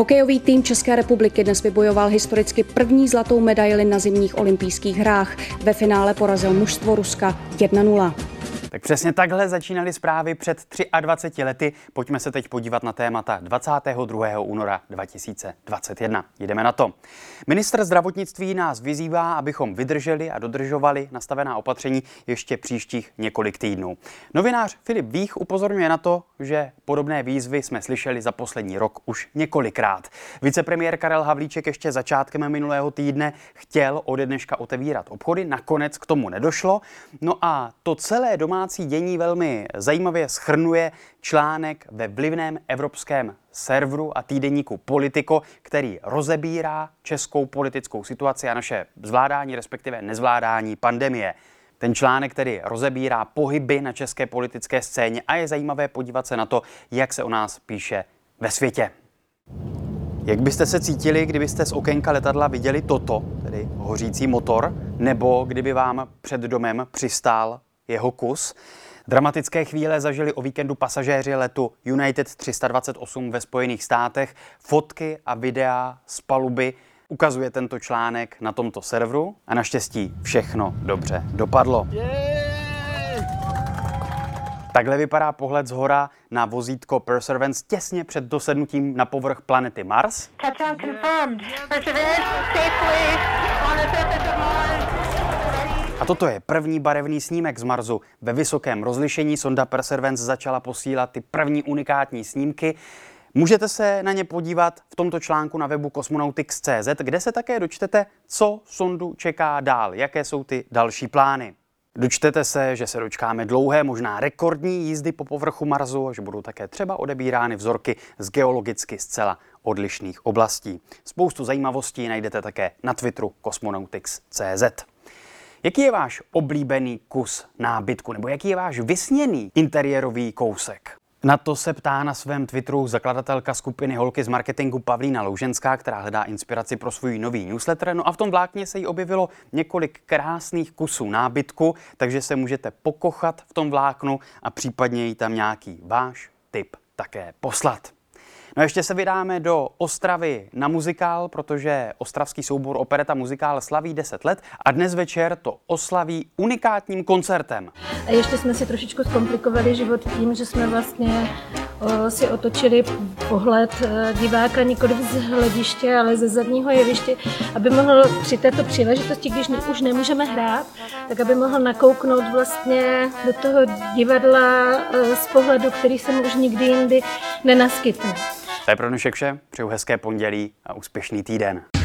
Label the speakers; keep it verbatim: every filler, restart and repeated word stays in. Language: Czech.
Speaker 1: Hokejový tým České republiky dnes vybojoval historicky první zlatou medaili na zimních olympijských hrách. Ve finále porazil mužstvo Ruska jedna nula.
Speaker 2: Tak přesně takhle začínaly zprávy před dvaceti třemi lety. Pojďme se teď podívat na témata dvacátého druhého února dva tisíce dvacet jedna. Jdeme na to. Ministr zdravotnictví nás vyzývá, abychom vydrželi a dodržovali nastavená opatření ještě příštích několik týdnů. Novinář Filip Vích upozorňuje na to, že podobné výzvy jsme slyšeli za poslední rok už několikrát. Vicepremiér Karel Havlíček ještě začátkem minulého týdne chtěl ode dneška otevírat obchody, nakonec k tomu nedošlo. No a to celé domácí dění velmi zajímavě shrnuje článek ve vlivném evropském serveru a týdeníku Politico, který rozebírá českou politickou situaci a naše zvládání, respektive nezvládání pandemie. Ten článek tedy rozebírá pohyby na české politické scéně a je zajímavé podívat se na to, jak se o nás píše ve světě. Jak byste se cítili, kdybyste z okénka letadla viděli toto, tedy hořící motor, nebo kdyby vám před domem přistál jeho kus? Dramatické chvíle zažili o víkendu pasažéři letu United tři sta dvacet osm ve Spojených státech. Fotky a videa z paluby ukazuje tento článek na tomto serveru a naštěstí všechno dobře dopadlo. Yeah! Takhle vypadá pohled zhora na vozítko Perseverance těsně před dosednutím na povrch planety Mars.
Speaker 3: Touchdown confirmed. Perseverance safely on the surface of Mars.
Speaker 2: A toto je první barevný snímek z Marsu. Ve vysokém rozlišení sonda Perseverance začala posílat ty první unikátní snímky. Můžete se na ně podívat v tomto článku na webu Cosmonautics tečka cé zet, kde se také dočtete, co sondu čeká dál, jaké jsou ty další plány. Dočtete se, že se dočkáme dlouhé, možná rekordní jízdy po povrchu Marsu a že budou také třeba odebírány vzorky z geologicky zcela odlišných oblastí. Spoustu zajímavostí najdete také na Twitteru Cosmonautics tečka cé zet. Jaký je váš oblíbený kus nábytku, nebo jaký je váš vysněný interiérový kousek? Na to se ptá na svém Twitteru zakladatelka skupiny Holky z marketingu Pavlína Louženská, která hledá inspiraci pro svůj nový newsletter. No a v tom vlákně se jí objevilo několik krásných kusů nábytku, takže se můžete pokochat v tom vláknu a případně jí tam nějaký váš tip také poslat. No a ještě se vydáme do Ostravy na muzikál, protože ostravský soubor Opereta Muzikál slaví deset let a dnes večer to oslaví unikátním koncertem.
Speaker 4: A ještě jsme si trošičku zkomplikovali život tím, že jsme vlastně o, si otočili pohled diváka nikoliv z hlediště, ale ze zadního jeviště, aby mohl při této příležitosti, když ne, už nemůžeme hrát, tak aby mohl nakouknout vlastně do toho divadla z pohledu, který se mu už nikdy jindy nenaskytne.
Speaker 2: To je pro dnešek vše, přeju hezké pondělí a úspěšný týden.